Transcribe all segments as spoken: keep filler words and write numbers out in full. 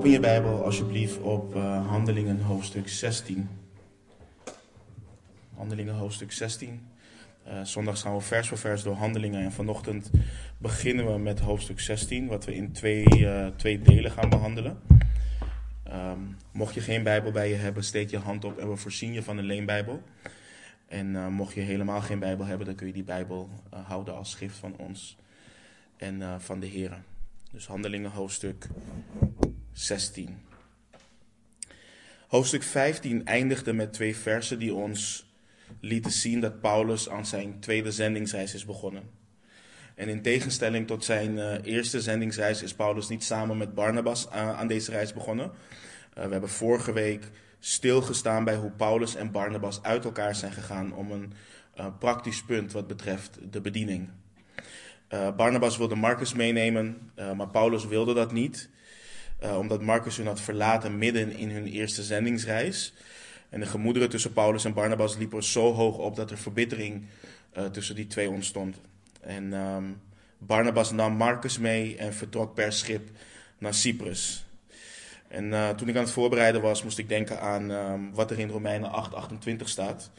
Open je Bijbel alsjeblieft op uh, Handelingen hoofdstuk zestien. Handelingen hoofdstuk zestien. Uh, zondags gaan we vers voor vers door Handelingen en vanochtend beginnen we met hoofdstuk zestien, wat we in twee, uh, twee delen gaan behandelen. Um, mocht je geen Bijbel bij je hebben, steek je hand op en we voorzien je van een leenbijbel. En uh, mocht je helemaal geen Bijbel hebben, dan kun je die Bijbel uh, houden als schrift van ons en uh, van de Here. Dus Handelingen hoofdstuk zestien. Hoofdstuk vijftien eindigde met twee versen die ons lieten zien dat Paulus aan zijn tweede zendingsreis is begonnen. En in tegenstelling tot zijn uh, eerste zendingsreis is Paulus niet samen met Barnabas uh, aan deze reis begonnen. Uh, we hebben vorige week stilgestaan bij hoe Paulus en Barnabas uit elkaar zijn gegaan om een uh, praktisch punt wat betreft de bediening. Uh, Barnabas wilde Marcus meenemen, uh, maar Paulus wilde dat niet. Uh, omdat Marcus hun had verlaten midden in hun eerste zendingsreis. En de gemoederen tussen Paulus en Barnabas liepen zo hoog op dat er verbittering uh, tussen die twee ontstond. En um, Barnabas nam Marcus mee en vertrok per schip naar Cyprus. En uh, toen ik aan het voorbereiden was, moest ik denken aan um, wat er in Romeinen acht achtentwintig staat.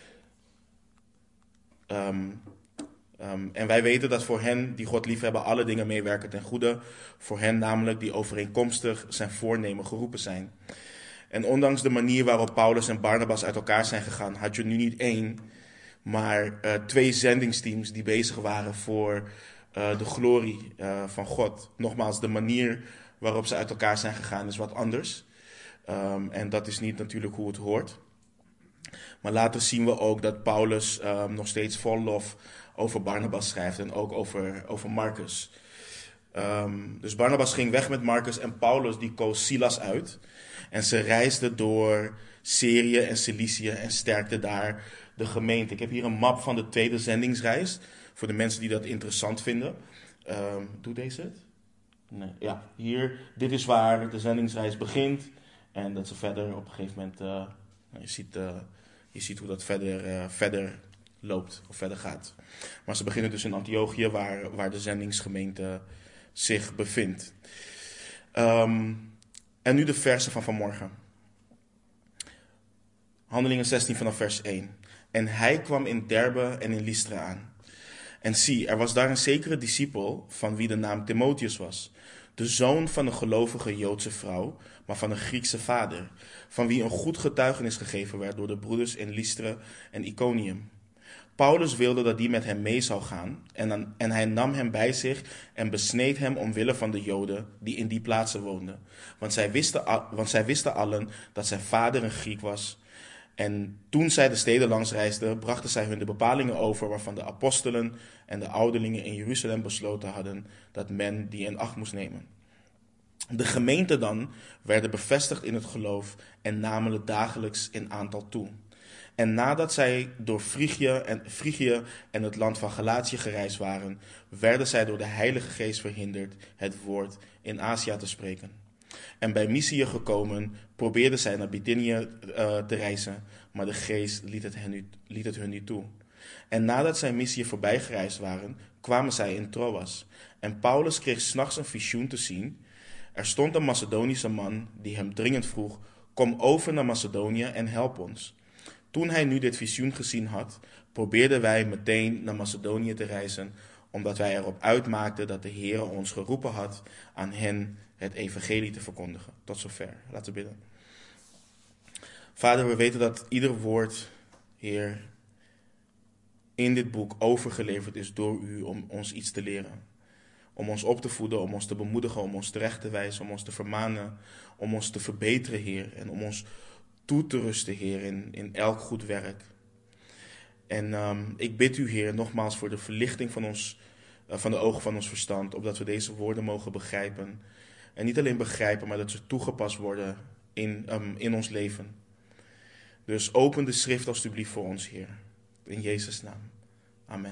Um, Um, en wij weten dat voor hen die God liefhebben alle dingen meewerken ten goede. Voor hen namelijk die overeenkomstig zijn voornemen geroepen zijn. En ondanks de manier waarop Paulus en Barnabas uit elkaar zijn gegaan, had je nu niet één, maar uh, twee zendingsteams die bezig waren voor uh, de glorie uh, van God. Nogmaals, de manier waarop ze uit elkaar zijn gegaan is wat anders. Um, en dat is niet natuurlijk hoe het hoort. Maar later zien we ook dat Paulus um, nog steeds vol lof over Barnabas schrijft en ook over, over Marcus. Um, dus Barnabas ging weg met Marcus en Paulus die koos Silas uit. En ze reisden door Syrië en Cilicië en sterkten daar de gemeente. Ik heb hier een map van de tweede zendingsreis, voor de mensen die dat interessant vinden. Um, doe deze het? Nee, ja, hier, dit is waar de zendingsreis begint. En dat ze verder op een gegeven moment, uh, je, ziet, uh, je ziet hoe dat verder, uh, verder loopt of verder gaat. Maar ze beginnen dus in Antiochië, waar, waar de zendingsgemeente zich bevindt. Um, en nu de versen van vanmorgen. Handelingen zestien vanaf vers één. En hij kwam in Derbe en in Lystra aan. En zie, er was daar een zekere discipel van wie de naam Timotheus was. De zoon van een gelovige Joodse vrouw, maar van een Griekse vader. Van wie een goed getuigenis gegeven werd door de broeders in Lystra en Iconium. Paulus wilde dat die met hem mee zou gaan en, dan, en hij nam hem bij zich en besneed hem omwille van de Joden die in die plaatsen woonden. Want zij wisten, want zij wisten allen dat zijn vader een Griek was. En toen zij de steden langs reisden, brachten zij hun de bepalingen over waarvan de apostelen en de ouderlingen in Jeruzalem besloten hadden dat men die in acht moest nemen. De gemeenten dan werden bevestigd in het geloof en namen het dagelijks in aantal toe. En nadat zij door Frigië en, Frigië en het land van Galatië gereisd waren, werden zij door de Heilige Geest verhinderd het woord in Azië te spreken. En bij Mysië gekomen, probeerden zij naar Bithynië uh, te reizen, maar de Geest liet het, hen niet, liet het hun niet toe. En nadat zij Mysië voorbij gereisd waren, kwamen zij in Troas. En Paulus kreeg 's nachts een visioen te zien. Er stond een Macedonische man die hem dringend vroeg, kom over naar Macedonië en help ons. Toen hij nu dit visioen gezien had, probeerden wij meteen naar Macedonië te reizen, omdat wij erop uitmaakten dat de Heer ons geroepen had aan hen het evangelie te verkondigen. Tot zover. Laten we bidden. Vader, we weten dat ieder woord, Heer, in dit boek overgeleverd is door u om ons iets te leren. Om ons op te voeden, om ons te bemoedigen, om ons terecht te wijzen, om ons te vermanen, om ons te verbeteren, Heer, en om ons toe te rusten, Heer, in, in elk goed werk. En um, ik bid u, Heer, nogmaals voor de verlichting van, ons, uh, van de ogen van ons verstand, opdat we deze woorden mogen begrijpen. En niet alleen begrijpen, maar dat ze toegepast worden in, um, in ons leven. Dus open de schrift alstublieft voor ons, Heer. In Jezus' naam. Amen.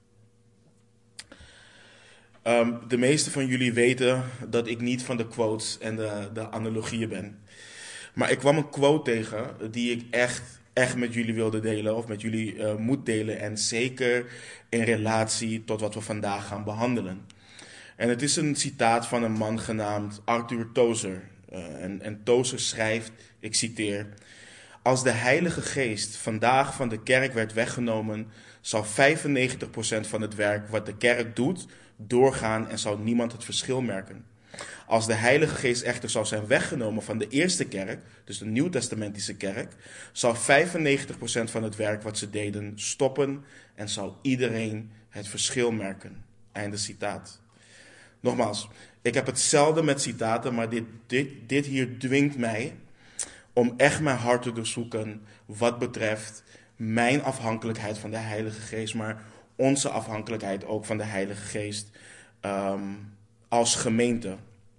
Um, de meeste van jullie weten dat ik niet van de quotes en de, de analogieën ben. Maar ik kwam een quote tegen die ik echt, echt met jullie wilde delen of met jullie uh, moet delen. En zeker in relatie tot wat we vandaag gaan behandelen. En het is een citaat van een man genaamd Arthur Tozer. Uh, en, en Tozer schrijft, ik citeer: als de Heilige Geest vandaag van de kerk werd weggenomen, zal vijfennegentig procent van het werk wat de kerk doet doorgaan en zal niemand het verschil merken. Als de Heilige Geest echter zou zijn weggenomen van de eerste kerk, dus de nieuwtestamentische kerk, zal vijfennegentig procent van het werk wat ze deden stoppen en zal iedereen het verschil merken. Einde citaat. Nogmaals, ik heb het zelden met citaten, maar dit, dit, dit hier dwingt mij om echt mijn hart te doorzoeken wat betreft mijn afhankelijkheid van de Heilige Geest, maar onze afhankelijkheid ook van de Heilige Geest um, als gemeente.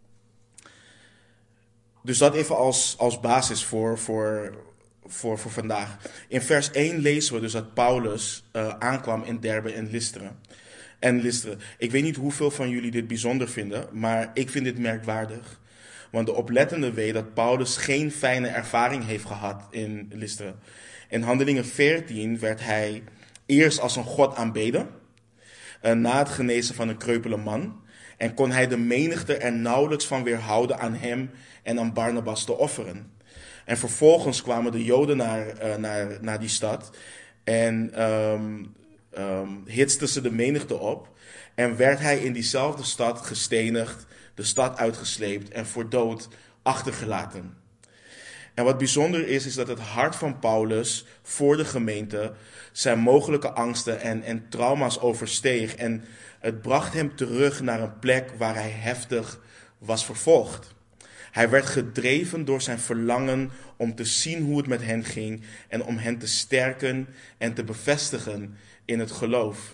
Dus dat even als, als basis voor, voor, voor, voor vandaag. In vers één lezen we dus dat Paulus uh, aankwam in Derbe en Lystra. En Lystra. Ik weet niet hoeveel van jullie dit bijzonder vinden, maar ik vind dit merkwaardig. Want de oplettende weet dat Paulus geen fijne ervaring heeft gehad in Lystra. In Handelingen veertien werd hij eerst als een god aanbeden, uh, na het genezen van een kreupele man. En kon hij de menigte er nauwelijks van weerhouden aan hem en aan Barnabas te offeren. En vervolgens kwamen de Joden naar, uh, naar, naar die stad en um, um, hitsten ze de menigte op. En werd hij in diezelfde stad gestenigd, de stad uitgesleept en voor dood achtergelaten. En wat bijzonder is, is dat het hart van Paulus voor de gemeente zijn mogelijke angsten en, en trauma's oversteeg. En het bracht hem terug naar een plek waar hij heftig was vervolgd. Hij werd gedreven door zijn verlangen om te zien hoe het met hen ging en om hen te sterken en te bevestigen in het geloof.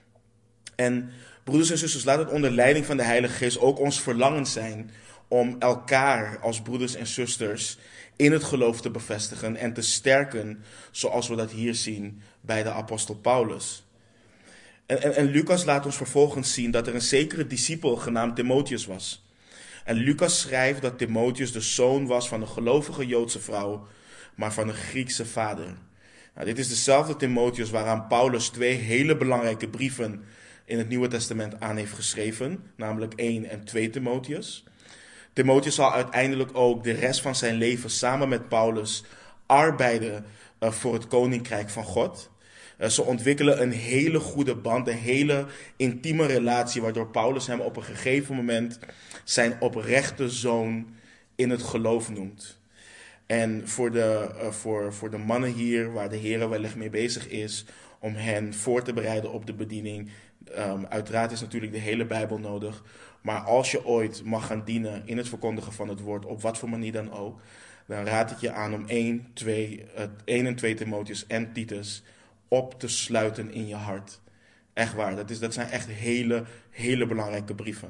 En broeders en zusters, laat het onder leiding van de Heilige Geest ook ons verlangen zijn om elkaar als broeders en zusters in het geloof te bevestigen en te sterken, zoals we dat hier zien bij de apostel Paulus. En, en, en Lucas laat ons vervolgens zien dat er een zekere discipel genaamd Timotheus was. En Lucas schrijft dat Timotheus de zoon was van een gelovige Joodse vrouw, maar van een Griekse vader. Nou, dit is dezelfde Timotheus waaraan Paulus twee hele belangrijke brieven in het Nieuwe Testament aan heeft geschreven, namelijk één en twee Timotheus. Timotheus zal uiteindelijk ook de rest van zijn leven samen met Paulus arbeiden uh, voor het koninkrijk van God. Uh, ze ontwikkelen een hele goede band, een hele intieme relatie, waardoor Paulus hem op een gegeven moment zijn oprechte zoon in het geloof noemt. En voor de, uh, voor, voor de mannen hier, waar de Heer wellicht mee bezig is, om hen voor te bereiden op de bediening. Um, uiteraard is natuurlijk de hele Bijbel nodig. Maar als je ooit mag gaan dienen in het verkondigen van het woord, op wat voor manier dan ook, dan raad ik je aan om één, twee, één en twee Timotheus en Titus op te sluiten in je hart. Echt waar, dat, is, dat zijn echt hele, hele belangrijke brieven.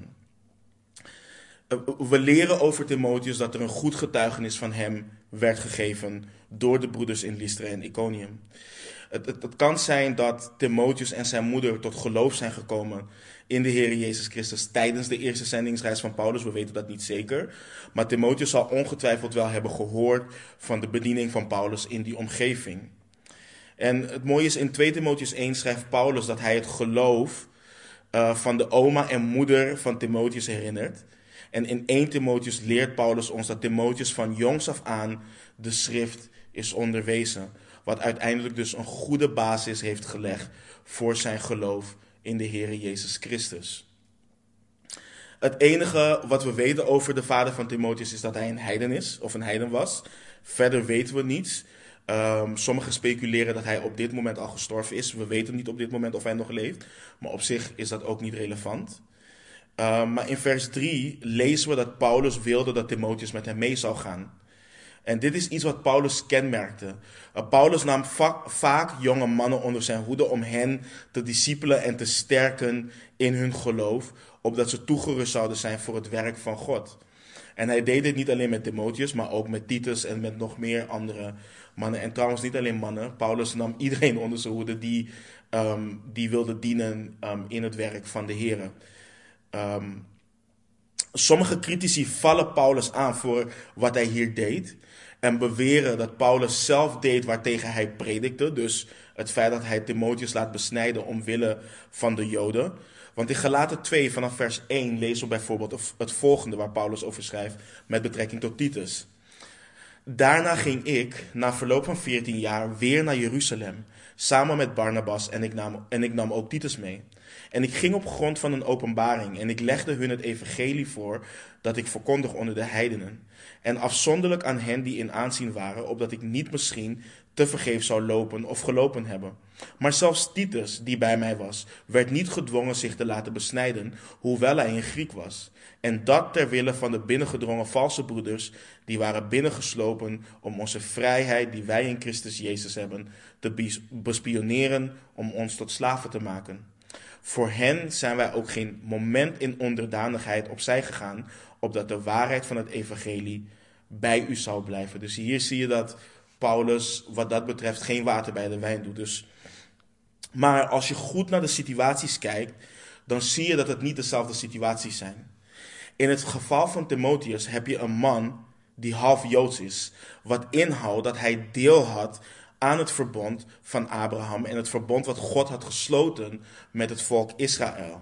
We leren over Timotheus dat er een goed getuigenis van hem werd gegeven door de broeders in Lystra en Iconium. Het, het, het kan zijn dat Timotheus en zijn moeder tot geloof zijn gekomen in de Heer Jezus Christus tijdens de eerste zendingsreis van Paulus. We weten dat niet zeker. Maar Timotheus zal ongetwijfeld wel hebben gehoord van de bediening van Paulus in die omgeving. En het mooie is, in twee Timotheus één schrijft Paulus dat hij het geloof uh, van de oma en moeder van Timotheus herinnert. En in één Timotheus leert Paulus ons dat Timotheus van jongs af aan de schrift is onderwezen. Wat uiteindelijk dus een goede basis heeft gelegd voor zijn geloof in de Heer Jezus Christus. Het enige wat we weten over de vader van Timotheus is dat hij een heiden is, of een heiden was. Verder weten we niets. Um, sommigen speculeren dat hij op dit moment al gestorven is. We weten niet op dit moment of hij nog leeft. Maar op zich is dat ook niet relevant. Um, maar in vers drie lezen we dat Paulus wilde dat Timotheus met hem mee zou gaan. En dit is iets wat Paulus kenmerkte. Uh, Paulus nam va- vaak jonge mannen onder zijn hoede om hen te discipelen en te sterken in hun geloof, opdat ze toegerust zouden zijn voor het werk van God. En hij deed dit niet alleen met Timotheus, maar ook met Titus en met nog meer andere mannen. En trouwens niet alleen mannen. Paulus nam iedereen onder zijn hoede die, um, die wilde dienen um, in het werk van de Heer. Um, sommige critici vallen Paulus aan voor wat hij hier deed. En beweren dat Paulus zelf deed waartegen hij predikte. Dus het feit dat hij Timotheus laat besnijden omwille van de Joden. Want in Galaten twee vanaf vers één lezen we bijvoorbeeld het volgende waar Paulus over schrijft met betrekking tot Titus. Daarna ging ik, na verloop van veertien jaar, weer naar Jeruzalem, samen met Barnabas en ik nam, en ik nam ook Titus mee. En ik ging op grond van een openbaring en ik legde hun het evangelie voor dat ik verkondig onder de heidenen. En afzonderlijk aan hen die in aanzien waren, opdat ik niet misschien tevergeefs zou lopen of gelopen hebben. Maar zelfs Titus, die bij mij was, werd niet gedwongen zich te laten besnijden, hoewel hij een Griek was. En dat ter wille van de binnengedrongen valse broeders, die waren binnengeslopen om onze vrijheid die wij in Christus Jezus hebben, te bespioneren om ons tot slaven te maken. Voor hen zijn wij ook geen moment in onderdanigheid opzij gegaan, opdat de waarheid van het evangelie bij u zou blijven. Dus hier zie je dat Paulus wat dat betreft geen water bij de wijn doet. Dus, maar als je goed naar de situaties kijkt, dan zie je dat het niet dezelfde situaties zijn. In het geval van Timotheus heb je een man die half Joods is, wat inhoudt dat hij deel had aan het verbond van Abraham en het verbond wat God had gesloten met het volk Israël.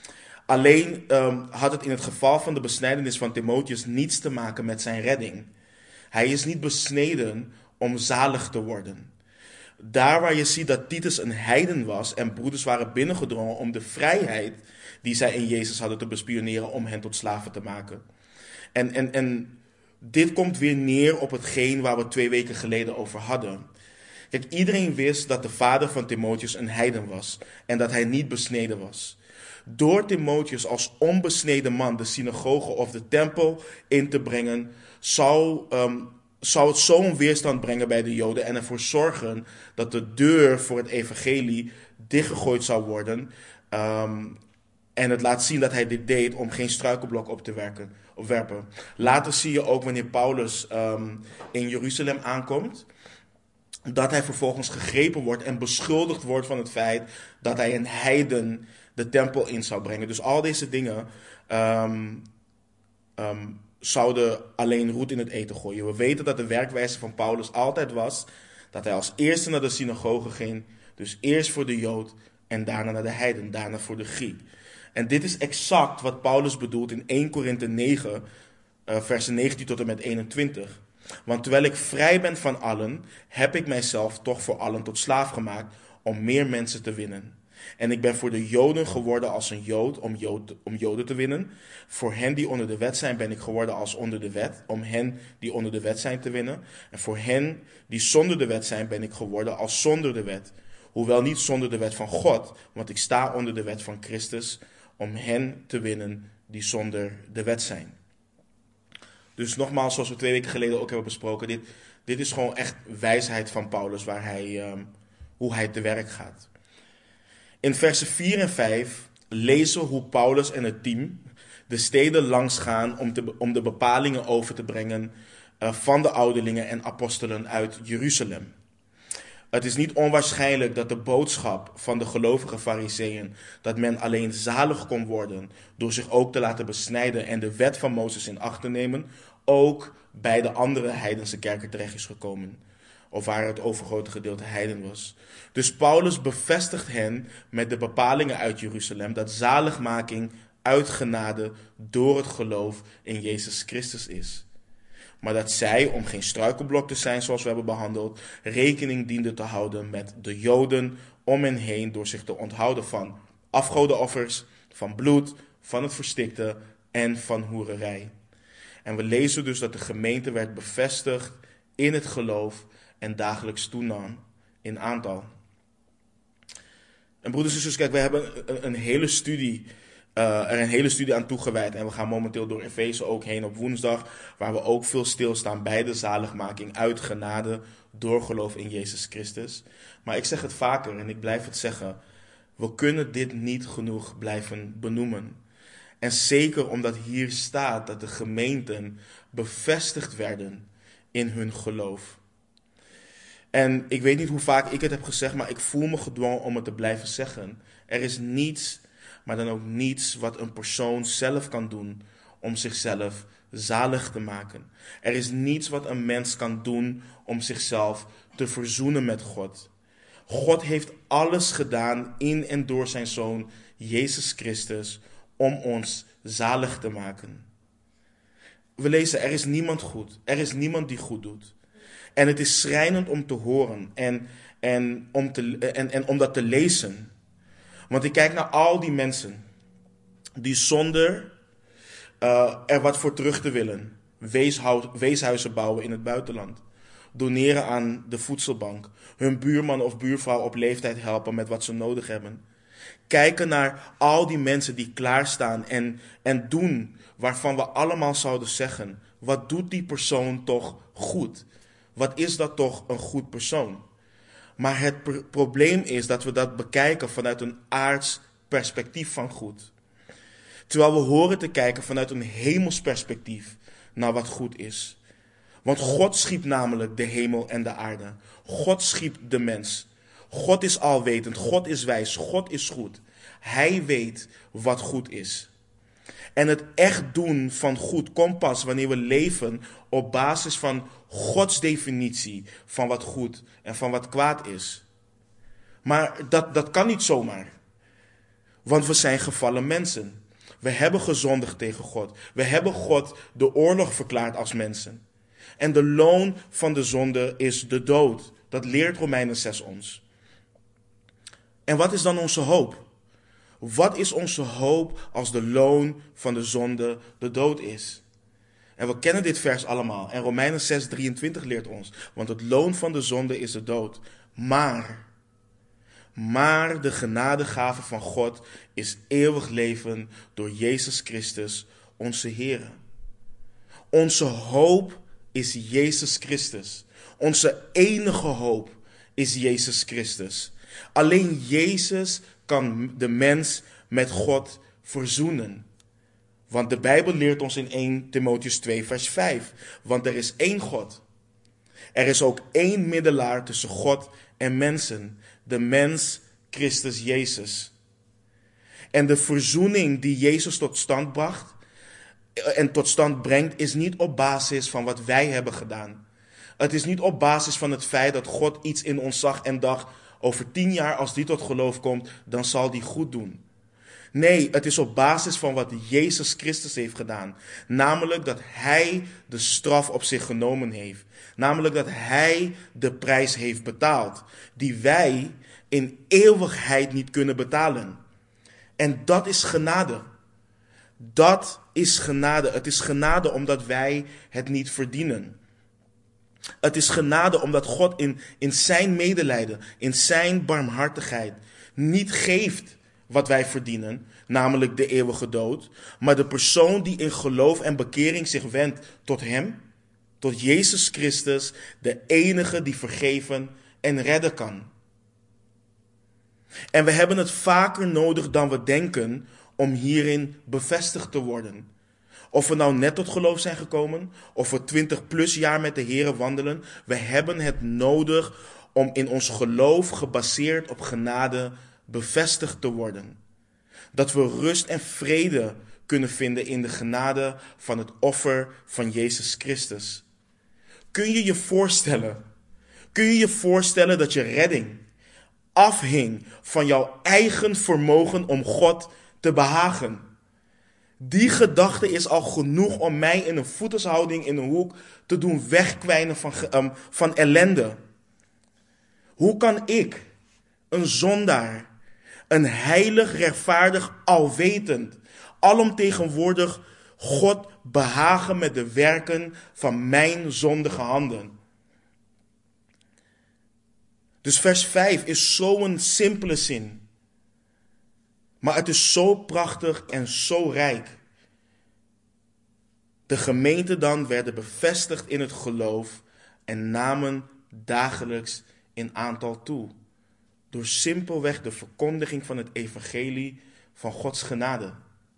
Alleen um, had het in het geval van de besnijdenis van Timotheus niets te maken met zijn redding. Hij is niet besneden om zalig te worden. Daar waar je ziet dat Titus een heiden was en broeders waren binnengedrongen om de vrijheid die zij in Jezus hadden te bespioneren om hen tot slaven te maken. En, en, en dit komt weer neer op hetgeen waar we twee weken geleden over hadden. Kijk, iedereen wist dat de vader van Timotheus een heiden was en dat hij niet besneden was. Door Timotheus als onbesneden man de synagoge of de tempel in te brengen, zou, um, zou het zo'n weerstand brengen bij de Joden en ervoor zorgen dat de deur voor het evangelie dichtgegooid zou worden. Um, en het laat zien dat hij dit deed om geen struikelblok op te werken, op werpen. Later zie je ook wanneer Paulus um, in Jeruzalem aankomt, dat hij vervolgens gegrepen wordt en beschuldigd wordt van het feit dat hij een heiden de tempel in zou brengen. Dus al deze dingen um, um, zouden alleen roet in het eten gooien. We weten dat de werkwijze van Paulus altijd was dat hij als eerste naar de synagoge ging. Dus eerst voor de Jood en daarna naar de heiden, daarna voor de Griek. En dit is exact wat Paulus bedoelt in Eerste Korinthe negen, uh, versen negentien tot en met eenentwintig. Want terwijl ik vrij ben van allen, heb ik mijzelf toch voor allen tot slaaf gemaakt om meer mensen te winnen. En ik ben voor de Joden geworden als een Jood om, Jood om Joden te winnen. Voor hen die onder de wet zijn ben ik geworden als onder de wet, om hen die onder de wet zijn te winnen. En voor hen die zonder de wet zijn ben ik geworden als zonder de wet. Hoewel niet zonder de wet van God, want ik sta onder de wet van Christus, om hen te winnen die zonder de wet zijn. Dus nogmaals, zoals we twee weken geleden ook hebben besproken, dit, dit is gewoon echt wijsheid van Paulus, waar hij, um, hoe hij te werk gaat. In versen vier en vijf lezen we hoe Paulus en het team de steden langs gaan om, te, om de bepalingen over te brengen uh, van de ouderlingen en apostelen uit Jeruzalem. Het is niet onwaarschijnlijk dat de boodschap van de gelovige Farizeeën, dat men alleen zalig kon worden door zich ook te laten besnijden en de wet van Mozes in acht te nemen, ook bij de andere heidense kerken terecht is gekomen. Of waar het overgrote gedeelte heiden was. Dus Paulus bevestigt hen met de bepalingen uit Jeruzalem dat zaligmaking uit genade door het geloof in Jezus Christus is. Maar dat zij, om geen struikelblok te zijn zoals we hebben behandeld, rekening dienden te houden met de Joden om hen heen door zich te onthouden van afgodenoffers, van bloed, van het verstikte en van hoererij. En we lezen dus dat de gemeente werd bevestigd in het geloof en dagelijks toenam in aantal. En broeders en zusters, kijk, we hebben een, een hele studie, uh, er een hele studie aan toegewijd. En we gaan momenteel door Efeze ook heen op woensdag, waar we ook veel stilstaan bij de zaligmaking uit genade door geloof in Jezus Christus. Maar ik zeg het vaker en ik blijf het zeggen, we kunnen dit niet genoeg blijven benoemen. En zeker omdat hier staat dat de gemeenten bevestigd werden in hun geloof. En ik weet niet hoe vaak ik het heb gezegd, maar ik voel me gedwongen om het te blijven zeggen. Er is niets, maar dan ook niets wat een persoon zelf kan doen om zichzelf zalig te maken. Er is niets wat een mens kan doen om zichzelf te verzoenen met God. God heeft alles gedaan in en door zijn Zoon, Jezus Christus, om ons zalig te maken. We lezen, er is niemand goed. Er is niemand die goed doet. En het is schrijnend om te horen en, en, om, te, en, en om dat te lezen. Want ik kijk naar al die mensen die zonder uh, er wat voor terug te willen, weeshuis, weeshuizen bouwen in het buitenland, doneren aan de voedselbank, hun buurman of buurvrouw op leeftijd helpen met wat ze nodig hebben. Kijken naar al die mensen die klaarstaan en, en doen waarvan we allemaal zouden zeggen, wat doet die persoon toch goed? Wat is dat toch een goed persoon? Maar het pr- probleem is dat we dat bekijken vanuit een aards perspectief van goed. Terwijl we horen te kijken vanuit een hemels perspectief naar wat goed is. Want God schiep namelijk de hemel en de aarde. God schiep de mens. God is alwetend, God is wijs, God is goed. Hij weet wat goed is. En het echt doen van goed komt pas wanneer we leven op basis van Gods definitie van wat goed en van wat kwaad is. Maar dat, dat kan niet zomaar. Want we zijn gevallen mensen. We hebben gezondigd tegen God. We hebben God de oorlog verklaard als mensen. En de loon van de zonde is de dood. Dat leert Romeinen zes ons. En wat is dan onze hoop? Wat is onze hoop als de loon van de zonde de dood is? En we kennen dit vers allemaal. En Romeinen zes drieëntwintig leert ons. Want het loon van de zonde is de dood. Maar, maar de genadegave van God is eeuwig leven door Jezus Christus, onze Heer. Onze hoop is Jezus Christus. Onze enige hoop is Jezus Christus. Alleen Jezus kan de mens met God verzoenen. Want de Bijbel leert ons in eerste Timotheüs twee vers vijf. Want er is één God. Er is ook één middelaar tussen God en mensen. De mens Christus Jezus. En de verzoening die Jezus tot stand bracht en tot stand brengt, is niet op basis van wat wij hebben gedaan. Het is niet op basis van het feit dat God iets in ons zag en dacht, over tien jaar als die tot geloof komt, dan zal die goed doen. Nee, het is op basis van wat Jezus Christus heeft gedaan. Namelijk dat hij de straf op zich genomen heeft. Namelijk dat hij de prijs heeft betaald. Die wij in eeuwigheid niet kunnen betalen. En dat is genade. Dat is genade. Het is genade omdat wij het niet verdienen. Het is genade omdat God in, in zijn medelijden, in zijn barmhartigheid niet geeft wat wij verdienen, namelijk de eeuwige dood, maar de persoon die in geloof en bekering zich wendt tot hem, tot Jezus Christus, de enige die vergeven en redden kan. En we hebben het vaker nodig dan we denken om hierin bevestigd te worden. Of we nou net tot geloof zijn gekomen, of we twintig plus jaar met de Here wandelen, we hebben het nodig om in ons geloof gebaseerd op genade bevestigd te worden. Dat we rust en vrede kunnen vinden in de genade van het offer van Jezus Christus. Kun je je voorstellen, kun je je voorstellen dat je redding afhing van jouw eigen vermogen om God te behagen? Die gedachte is al genoeg om mij in een voetenshouding in een hoek te doen wegkwijnen van, um, van ellende. Hoe kan ik, een zondaar, een heilig, rechtvaardig, alwetend, alomtegenwoordig God behagen met de werken van mijn zondige handen? Dus vers vijf is zo'n simpele zin. Maar het is zo prachtig en zo rijk. De gemeente dan werden bevestigd in het geloof en namen dagelijks in aantal toe. Door simpelweg de verkondiging van het evangelie van Gods genade.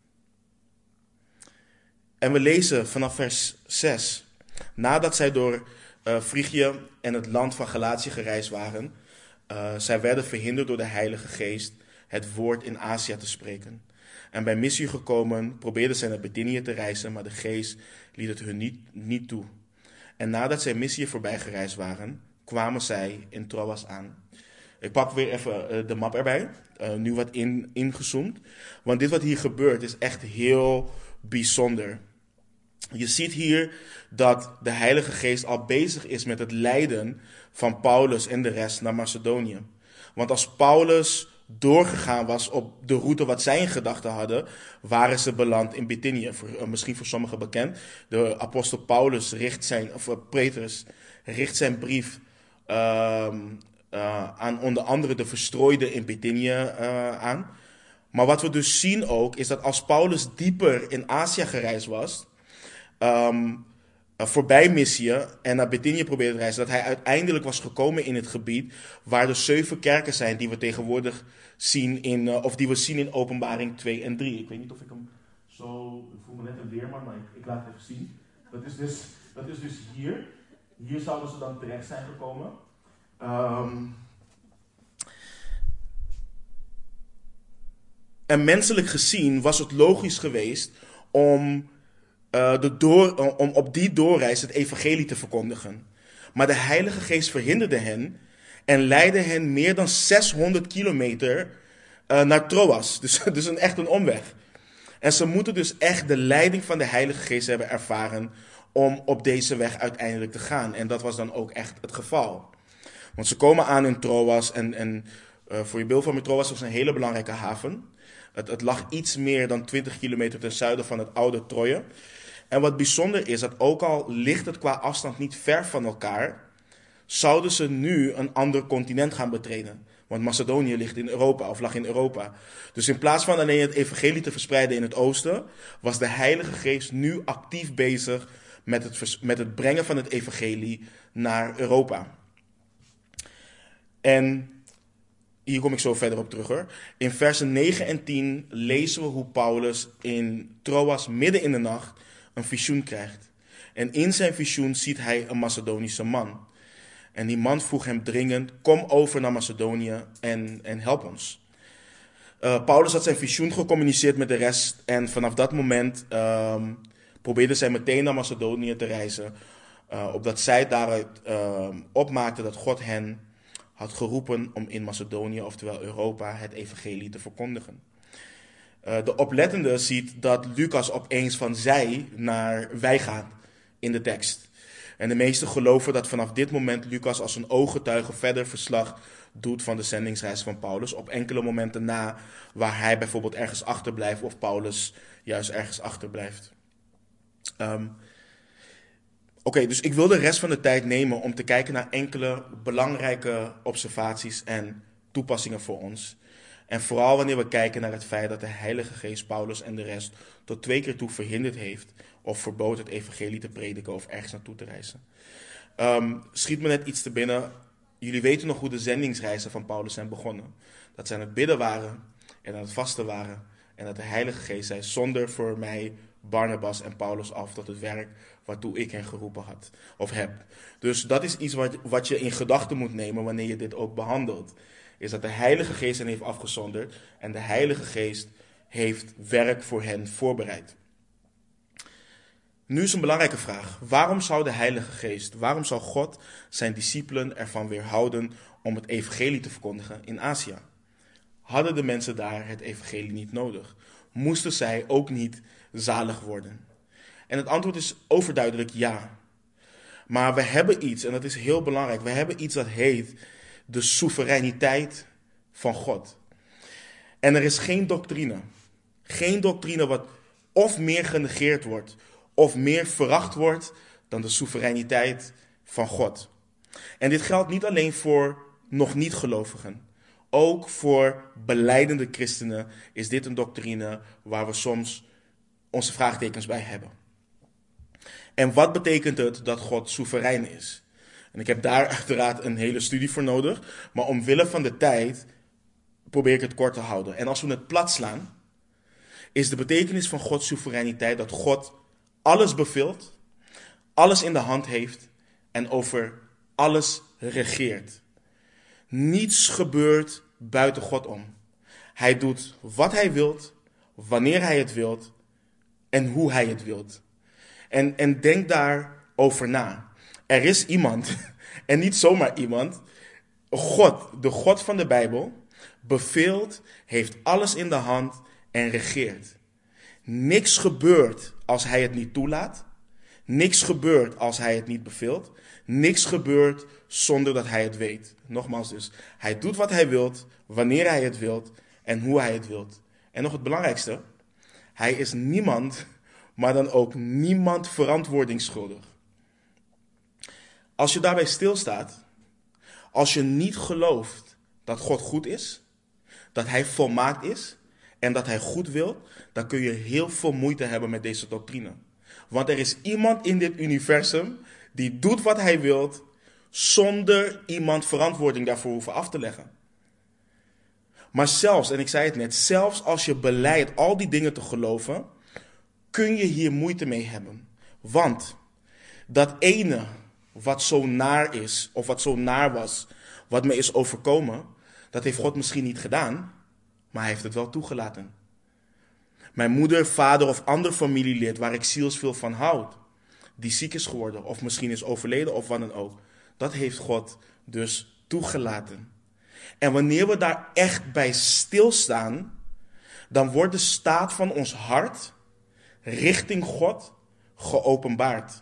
En we lezen vanaf vers zes. Nadat zij door uh, Frigië en het land van Galatië gereisd waren, uh, zij werden verhinderd door de Heilige Geest het woord in Azië te spreken. En bij Missie gekomen probeerden zij naar Bithynië te reizen, maar de Geest liet het hun niet, niet toe. En nadat zij Missie voorbij gereisd waren, kwamen zij in Troas aan. Ik pak weer even uh, de map erbij. Uh, nu wat in, ingezoomd. Want dit wat hier gebeurt is echt heel bijzonder. Je ziet hier dat de Heilige Geest al bezig is met het leiden van Paulus en de rest naar Macedonië. Want als Paulus doorgegaan was op de route wat zij in gedachten hadden, waren ze beland in Bithynië. Voor, uh, misschien voor sommigen bekend. De apostel Paulus richt zijn, of uh, Petrus richt zijn brief uh, uh, aan onder andere de verstrooiden in Bithynië uh, aan. Maar wat we dus zien ook, is dat als Paulus dieper in Azië gereisd was, um, uh, voorbij Mysië en naar Bithynië probeerde te reizen, dat hij uiteindelijk was gekomen in het gebied waar de zeven kerken zijn die we tegenwoordig zien in, uh, of die we zien in Openbaring twee en drie. Ik weet niet of ik hem zo, ik voel me net een weerman, maar ik, ik laat het even zien. Dat is dus, dat is dus hier. Hier zouden ze dan terecht zijn gekomen. Um, en menselijk gezien was het logisch geweest om, uh, de door, om op die doorreis het evangelie te verkondigen. Maar de Heilige Geest verhinderde hen en leidde hen meer dan zeshonderd kilometer uh, naar Troas. Dus, dus een, echt een omweg. En ze moeten dus echt de leiding van de Heilige Geest hebben ervaren om op deze weg uiteindelijk te gaan. En dat was dan ook echt het geval. Want ze komen aan in Troas en, en uh, voor je beeld van me, Troas was een hele belangrijke haven. Het, het lag iets meer dan twintig kilometer ten zuiden van het oude Troje. En wat bijzonder is, dat ook al ligt het qua afstand niet ver van elkaar, zouden ze nu een ander continent gaan betreden. Want Macedonië ligt in Europa, of lag in Europa. Dus in plaats van alleen het evangelie te verspreiden in het oosten, was de Heilige Geest nu actief bezig met het, met het brengen van het evangelie naar Europa. En hier kom ik zo verder op terug hoor. In versen negen en tien lezen we hoe Paulus in Troas midden in de nacht een visioen krijgt. En in zijn visioen ziet hij een Macedonische man. En die man vroeg hem dringend, kom over naar Macedonië en, en help ons. Uh, Paulus had zijn visioen gecommuniceerd met de rest en vanaf dat moment uh, probeerde zij meteen naar Macedonië te reizen. Uh, opdat zij daaruit uh, opmaakten dat God hen had geroepen om in Macedonië, oftewel Europa, het evangelie te verkondigen. Uh, de oplettende ziet dat Lucas opeens van zij naar wij gaat in de tekst. En de meesten geloven dat vanaf dit moment Lucas als een ooggetuige verder verslag doet van de zendingsreis van Paulus. Op enkele momenten na waar hij bijvoorbeeld ergens achterblijft of Paulus juist ergens achterblijft. Um, Oké, okay, dus ik wil de rest van de tijd nemen om te kijken naar enkele belangrijke observaties en toepassingen voor ons. En vooral wanneer we kijken naar het feit dat de Heilige Geest Paulus en de rest tot twee keer toe verhinderd heeft of verbood het evangelie te prediken of ergens naartoe te reizen. Um, schiet me net iets te binnen. Jullie weten nog hoe de zendingsreizen van Paulus zijn begonnen. Dat zij aan het bidden waren en aan het vasten waren. En dat de Heilige Geest zei, zonder voor mij Barnabas en Paulus af tot het werk waartoe ik hen geroepen had of heb. Dus dat is iets wat, wat je in gedachten moet nemen wanneer je dit ook behandelt. Is dat de Heilige Geest hen heeft afgezonderd en de Heilige Geest heeft werk voor hen voorbereid. Nu is een belangrijke vraag. Waarom zou de Heilige Geest, waarom zou God zijn discipelen ervan weerhouden om het evangelie te verkondigen in Azië? Hadden de mensen daar het evangelie niet nodig? Moesten zij ook niet zalig worden? En het antwoord is overduidelijk ja. Maar we hebben iets, en dat is heel belangrijk, we hebben iets dat heet de soevereiniteit van God. En er is geen doctrine, geen doctrine wat of meer genegeerd wordt, of meer veracht wordt dan de soevereiniteit van God. En dit geldt niet alleen voor nog niet-gelovigen. Ook voor belijdende christenen is dit een doctrine waar we soms onze vraagtekens bij hebben. En wat betekent het dat God soeverein is? En ik heb daar uiteraard een hele studie voor nodig, maar omwille van de tijd probeer ik het kort te houden. En als we het plat slaan, is de betekenis van Gods soevereiniteit dat God alles beveelt, alles in de hand heeft en over alles regeert. Niets gebeurt buiten God om. Hij doet wat hij wilt, wanneer hij het wilt en hoe hij het wilt. En, en denk daarover na. Er is iemand, en niet zomaar iemand, God, de God van de Bijbel, beveelt, heeft alles in de hand en regeert. Niks gebeurt als hij het niet toelaat. Niks gebeurt als hij het niet beveelt. Niks gebeurt zonder dat hij het weet. Nogmaals dus, hij doet wat hij wilt, wanneer hij het wilt en hoe hij het wilt. En nog het belangrijkste, hij is niemand, maar dan ook niemand verantwoording schuldig. Als je daarbij stilstaat, als je niet gelooft dat God goed is, dat hij volmaakt is en dat hij goed wil, dan kun je heel veel moeite hebben met deze doctrine. Want er is iemand in dit universum die doet wat hij wil, zonder iemand verantwoording daarvoor hoeven af te leggen. Maar zelfs, en ik zei het net, zelfs als je beleidt al die dingen te geloven, kun je hier moeite mee hebben. Want dat ene wat zo naar is, of wat zo naar was, wat me is overkomen, dat heeft God misschien niet gedaan, maar hij heeft het wel toegelaten. Mijn moeder, vader of ander familielid waar ik zielsveel van houd, die ziek is geworden of misschien is overleden of wat dan ook, dat heeft God dus toegelaten. En wanneer we daar echt bij stilstaan, dan wordt de staat van ons hart richting God geopenbaard.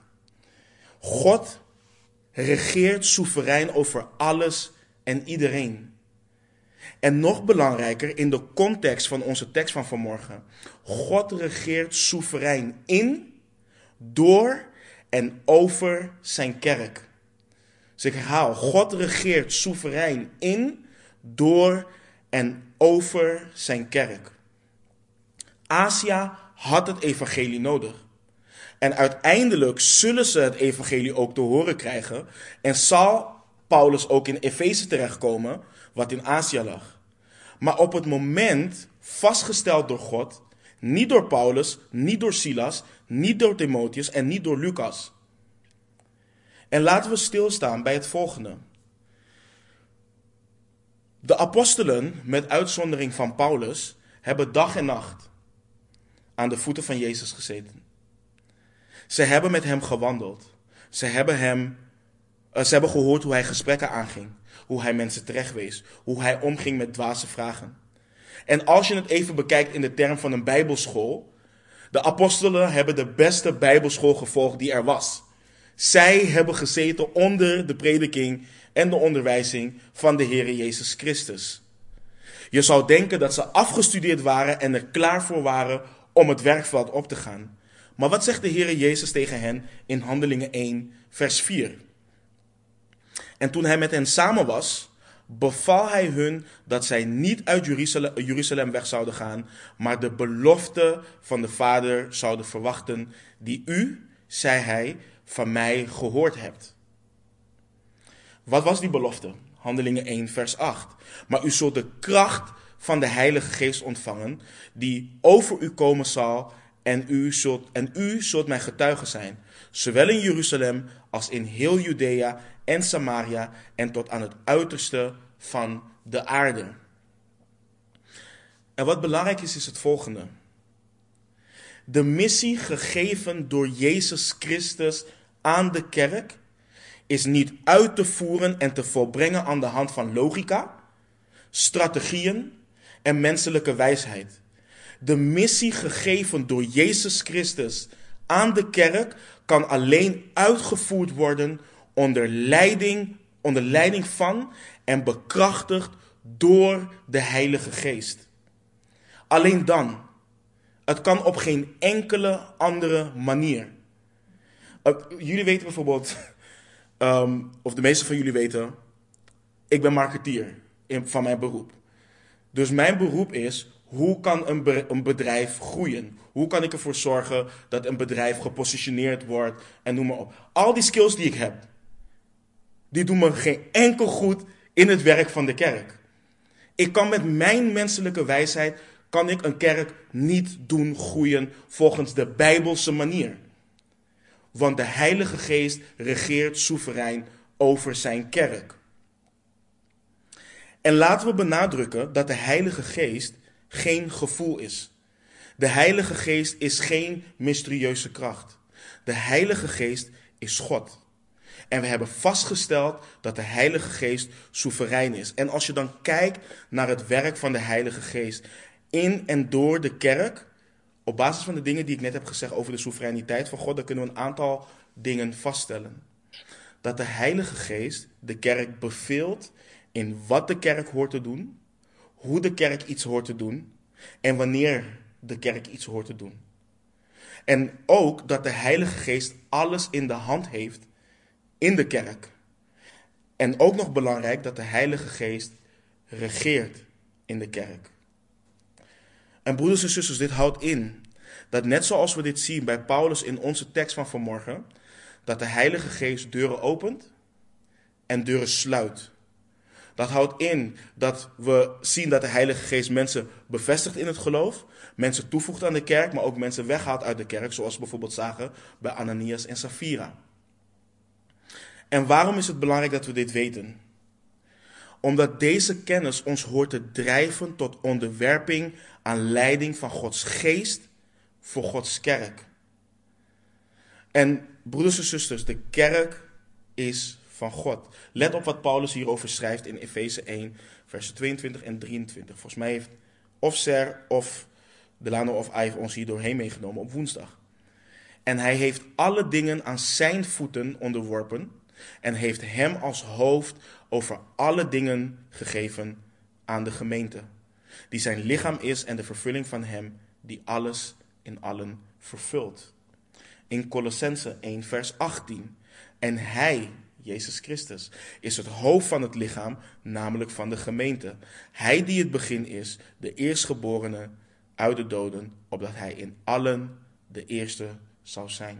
God regeert soeverein over alles en iedereen. En nog belangrijker, in de context van onze tekst van vanmorgen, God regeert soeverein in, door en over zijn kerk. Dus ik herhaal, God regeert soeverein in, door en over zijn kerk. Azië had het evangelie nodig. En uiteindelijk zullen ze het evangelie ook te horen krijgen. En zal Paulus ook in Efeze terechtkomen, wat in Azië lag. Maar op het moment, vastgesteld door God, niet door Paulus, niet door Silas, niet door Timotheus en niet door Lucas. En laten we stilstaan bij het volgende. De apostelen, met uitzondering van Paulus, hebben dag en nacht aan de voeten van Jezus gezeten. Ze hebben met hem gewandeld. Ze hebben, hem, uh, ze hebben gehoord hoe hij gesprekken aanging. Hoe hij mensen terechtwees. Hoe hij omging met dwaze vragen. En als je het even bekijkt in de term van een bijbelschool. De apostelen hebben de beste bijbelschool gevolgd die er was. Zij hebben gezeten onder de prediking en de onderwijzing van de Heer Jezus Christus. Je zou denken dat ze afgestudeerd waren en er klaar voor waren om het werkveld op te gaan. Maar wat zegt de Heer Jezus tegen hen in Handelingen één, vers vier? En toen hij met hen samen was, beval hij hun dat zij niet uit Jeruzalem, Jeruzalem weg zouden gaan, maar de belofte van de Vader zouden verwachten, die u, zei hij, van mij gehoord hebt. Wat was die belofte? Handelingen één, vers acht. Maar u zult de kracht van de Heilige Geest ontvangen, die over u komen zal, en u zult, en u zult mijn getuige zijn, zowel in Jeruzalem als in heel Judea en Samaria en tot aan het uiterste van de aarde. En wat belangrijk is, is het volgende. De missie gegeven door Jezus Christus aan de kerk is niet uit te voeren en te volbrengen aan de hand van logica, strategieën en menselijke wijsheid. De missie gegeven door Jezus Christus aan de kerk kan alleen uitgevoerd worden onder leiding, onder leiding van en bekrachtigd door de Heilige Geest. Alleen dan. Het kan op geen enkele andere manier. Uh, jullie weten bijvoorbeeld, um, of de meeste van jullie weten, ik ben marketeer in, van mijn beroep. Dus mijn beroep is, hoe kan een, be- een bedrijf groeien? Hoe kan ik ervoor zorgen dat een bedrijf gepositioneerd wordt en noem maar op. Al die skills die ik heb, die doen me geen enkel goed in het werk van de kerk. Ik kan met mijn menselijke wijsheid, kan ik een kerk niet doen groeien volgens de Bijbelse manier. Want de Heilige Geest regeert soeverein over zijn kerk. En laten we benadrukken dat de Heilige Geest geen gevoel is. De Heilige Geest is geen mysterieuze kracht. De Heilige Geest is God. En we hebben vastgesteld dat de Heilige Geest soeverein is. En als je dan kijkt naar het werk van de Heilige Geest in en door de kerk, op basis van de dingen die ik net heb gezegd over de soevereiniteit van God, dan kunnen we een aantal dingen vaststellen. Dat de Heilige Geest de kerk beveelt in wat de kerk hoort te doen, hoe de kerk iets hoort te doen en wanneer de kerk iets hoort te doen. En ook dat de Heilige Geest alles in de hand heeft in de kerk. En ook nog belangrijk dat de Heilige Geest regeert in de kerk. En broeders en zusters, dit houdt in dat net zoals we dit zien bij Paulus in onze tekst van vanmorgen, dat de Heilige Geest deuren opent en deuren sluit. Dat houdt in dat we zien dat de Heilige Geest mensen bevestigt in het geloof, mensen toevoegt aan de kerk, maar ook mensen weghaalt uit de kerk, zoals we bijvoorbeeld zagen bij Ananias en Safira. En waarom is het belangrijk dat we dit weten? Omdat deze kennis ons hoort te drijven tot onderwerping aan leiding van Gods geest voor Gods kerk. En broeders en zusters, de kerk is van God. Let op wat Paulus hierover schrijft in Efeze één, versen tweeëntwintig en drieëntwintig. Volgens mij heeft of Ser of Delano of Ive ons hier doorheen meegenomen op woensdag. En hij heeft alle dingen aan zijn voeten onderworpen en heeft hem als hoofd over alle dingen gegeven aan de gemeente, die zijn lichaam is en de vervulling van hem die alles in allen vervult. In Colossenzen één vers achttien. En hij, Jezus Christus, is het hoofd van het lichaam, namelijk van de gemeente. Hij die het begin is, de eerstgeborene uit de doden, opdat hij in allen de eerste zou zijn.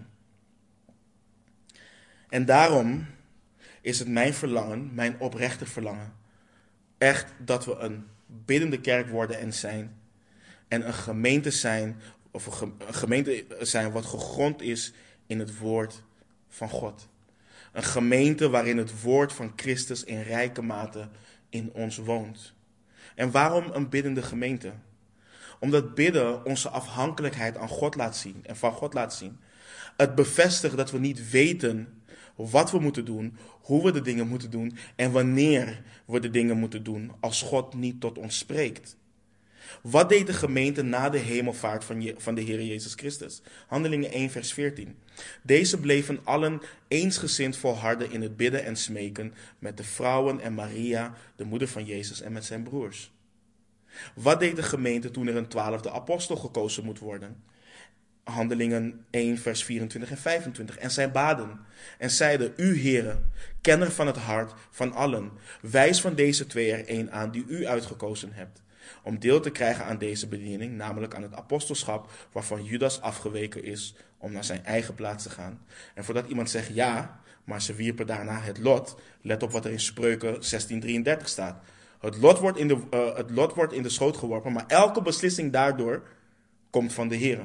En daarom is het mijn verlangen, mijn oprechte verlangen, echt dat we een biddende kerk worden en zijn. En een gemeente zijn, of een, ge- een gemeente zijn wat gegrond is in het woord van God. Een gemeente waarin het woord van Christus in rijke mate in ons woont. En waarom een biddende gemeente? Omdat bidden onze afhankelijkheid aan God laat zien en van God laat zien. Het bevestigt dat we niet weten wat we moeten doen, hoe we de dingen moeten doen en wanneer we de dingen moeten doen als God niet tot ons spreekt. Wat deed de gemeente na de hemelvaart van, Je- van de Heer Jezus Christus? Handelingen één vers veertien. Deze bleven allen eensgezind volharden in het bidden en smeken met de vrouwen en Maria, de moeder van Jezus en met zijn broers. Wat deed de gemeente toen er een twaalfde apostel gekozen moet worden? Handelingen één vers vierentwintig en vijfentwintig. En zij baden en zeiden: U, Heere, kenner van het hart van allen, wijs van deze twee er één aan die u uitgekozen hebt, om deel te krijgen aan deze bediening, namelijk aan het apostelschap waarvan Judas afgeweken is om naar zijn eigen plaats te gaan. En voordat iemand zegt ja, maar ze wierpen daarna het lot, let op wat er in Spreuken zestien drieëndertig staat. Het lot wordt in de, uh, het lot wordt in de schoot geworpen, maar elke beslissing daardoor komt van de Heer.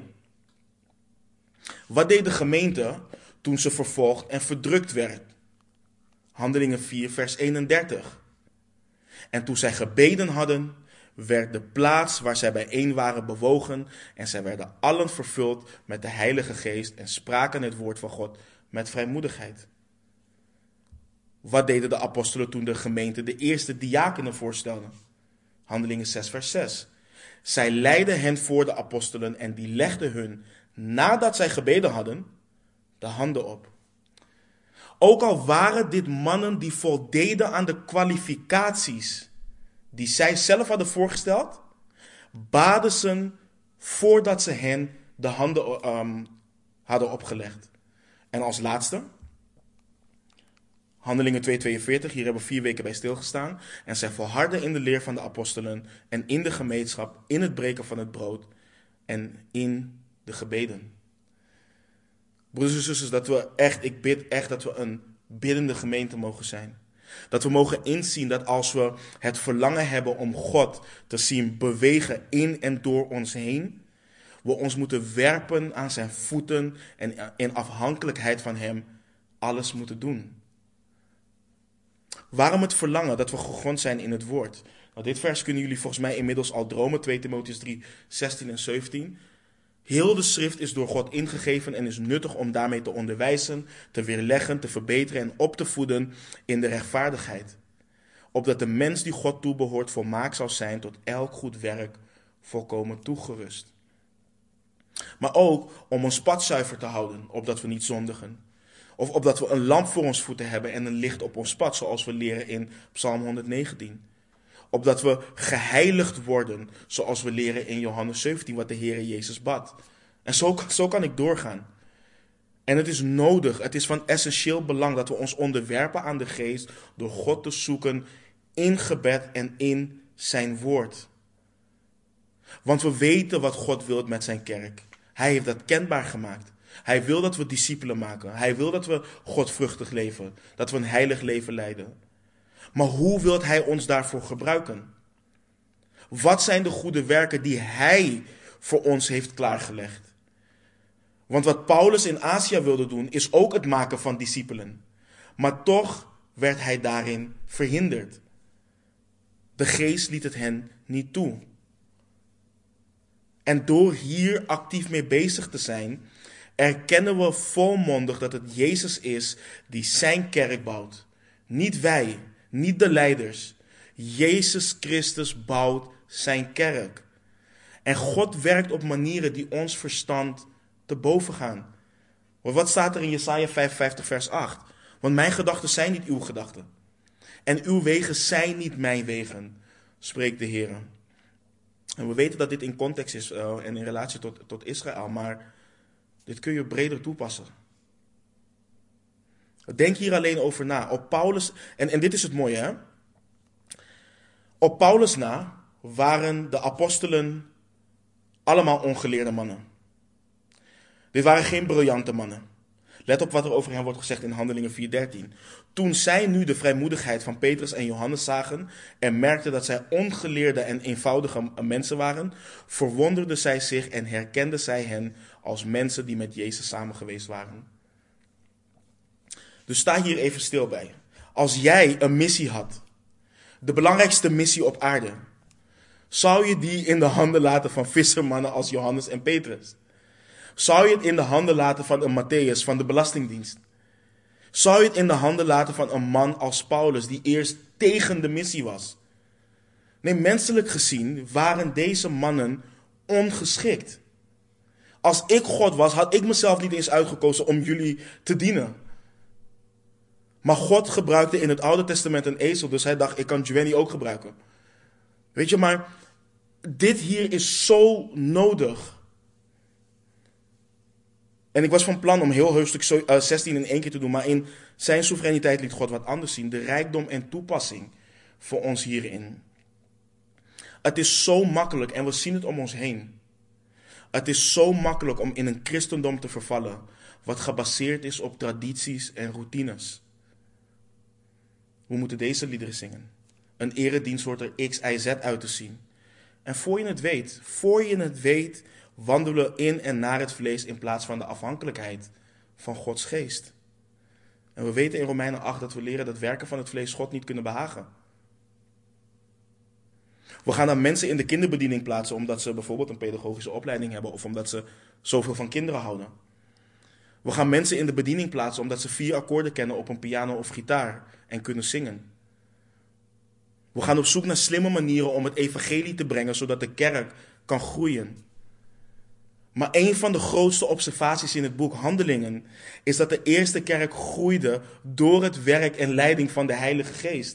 Wat deed de gemeente toen ze vervolgd en verdrukt werd? Handelingen vier vers eenendertig. En toen zij gebeden hadden, werd de plaats waar zij bijeen waren bewogen en zij werden allen vervuld met de Heilige Geest en spraken het woord van God met vrijmoedigheid. Wat deden de apostelen toen de gemeente de eerste diakenen voorstelde? Handelingen zes vers zes. Zij leidden hen voor de apostelen en die legden hun, nadat zij gebeden hadden, de handen op. Ook al waren dit mannen die voldeden aan de kwalificaties die zij zelf hadden voorgesteld, baden ze voordat ze hen de handen um, hadden opgelegd. En als laatste, Handelingen twee tweeënveertig, hier hebben we vier weken bij stilgestaan. En zij volharden in de leer van de apostelen en in de gemeenschap, in het breken van het brood en in de gebeden. Broeders en zusters, dat we echt, ik bid echt dat we een biddende gemeente mogen zijn. Dat we mogen inzien dat als we het verlangen hebben om God te zien bewegen in en door ons heen, we ons moeten werpen aan zijn voeten en in afhankelijkheid van hem alles moeten doen. Waarom het verlangen dat we gegrond zijn in het woord? Nou, dit vers kunnen jullie volgens mij inmiddels al dromen, twee Timotheüs drie, zestien en zeventien. Heel de schrift is door God ingegeven en is nuttig om daarmee te onderwijzen, te weerleggen, te verbeteren en op te voeden in de rechtvaardigheid. Opdat de mens die God toebehoort volmaakt zal zijn, tot elk goed werk volkomen toegerust. Maar ook om ons pad zuiver te houden, opdat we niet zondigen. Of opdat we een lamp voor ons voeten hebben en een licht op ons pad, zoals we leren in Psalm honderddegentien. Opdat we geheiligd worden, zoals we leren in Johannes zeventien, wat de Heere Jezus bad. En zo, zo kan ik doorgaan. En het is nodig, het is van essentieel belang dat we ons onderwerpen aan de geest door God te zoeken in gebed en in zijn woord. Want we weten wat God wil met zijn kerk. Hij heeft dat kenbaar gemaakt. Hij wil dat we discipelen maken. Hij wil dat we godvruchtig leven. Dat we een heilig leven leiden. Maar hoe wil hij ons daarvoor gebruiken? Wat zijn de goede werken die hij voor ons heeft klaargelegd? Want wat Paulus in Azië wilde doen, is ook het maken van discipelen. Maar toch werd hij daarin verhinderd. De geest liet het hen niet toe. En door hier actief mee bezig te zijn, erkennen we volmondig dat het Jezus is die zijn kerk bouwt. Niet wij, niet de leiders. Jezus Christus bouwt zijn kerk. En God werkt op manieren die ons verstand te boven gaan. Maar wat staat er in Jesaja vijfenvijftig vers acht? Want mijn gedachten zijn niet uw gedachten. En uw wegen zijn niet mijn wegen, spreekt de Heer. En we weten dat dit in context is uh, en in relatie tot, tot Israël, maar dit kun je breder toepassen. Denk hier alleen over na. Op Paulus, en, en dit is het mooie, hè? Op Paulus na waren de apostelen allemaal ongeleerde mannen. Dit waren geen briljante mannen. Let op wat er over hen wordt gezegd in Handelingen vier dertien. Toen zij nu de vrijmoedigheid van Petrus en Johannes zagen en merkten dat zij ongeleerde en eenvoudige mensen waren, verwonderden zij zich en herkenden zij hen als mensen die met Jezus samen geweest waren. Dus sta hier even stil bij. Als jij een missie had, de belangrijkste missie op aarde, zou je die in de handen laten van vissermannen als Johannes en Petrus? Zou je het in de handen laten van een Matthäus van de Belastingdienst? Zou je het in de handen laten van een man als Paulus die eerst tegen de missie was? Nee, menselijk gezien waren deze mannen ongeschikt. Als ik God was, had ik mezelf niet eens uitgekozen om jullie te dienen. Maar God gebruikte in het Oude Testament een ezel, dus hij dacht, ik kan Giovanni ook gebruiken. Weet je, maar dit hier is zo nodig. En ik was van plan om heel hoofdstuk zestien in één keer te doen, maar in zijn soevereiniteit liet God wat anders zien. De rijkdom en toepassing voor ons hierin. Het is zo makkelijk, en we zien het om ons heen. Het is zo makkelijk om in een christendom te vervallen, wat gebaseerd is op tradities en routines. We moeten deze liederen zingen. Een eredienst hoort er X, Y, Z uit te zien. En voor je het weet, voor je het weet, wandelen in en naar het vlees in plaats van de afhankelijkheid van Gods geest. En we weten in Romeinen acht dat we leren dat werken van het vlees God niet kunnen behagen. We gaan dan mensen in de kinderbediening plaatsen omdat ze bijvoorbeeld een pedagogische opleiding hebben of omdat ze zoveel van kinderen houden. We gaan mensen in de bediening plaatsen omdat ze vier akkoorden kennen op een piano of gitaar en kunnen zingen. We gaan op zoek naar slimme manieren om het evangelie te brengen zodat de kerk kan groeien. Maar een van de grootste observaties in het boek Handelingen is dat de eerste kerk groeide door het werk en leiding van de Heilige Geest.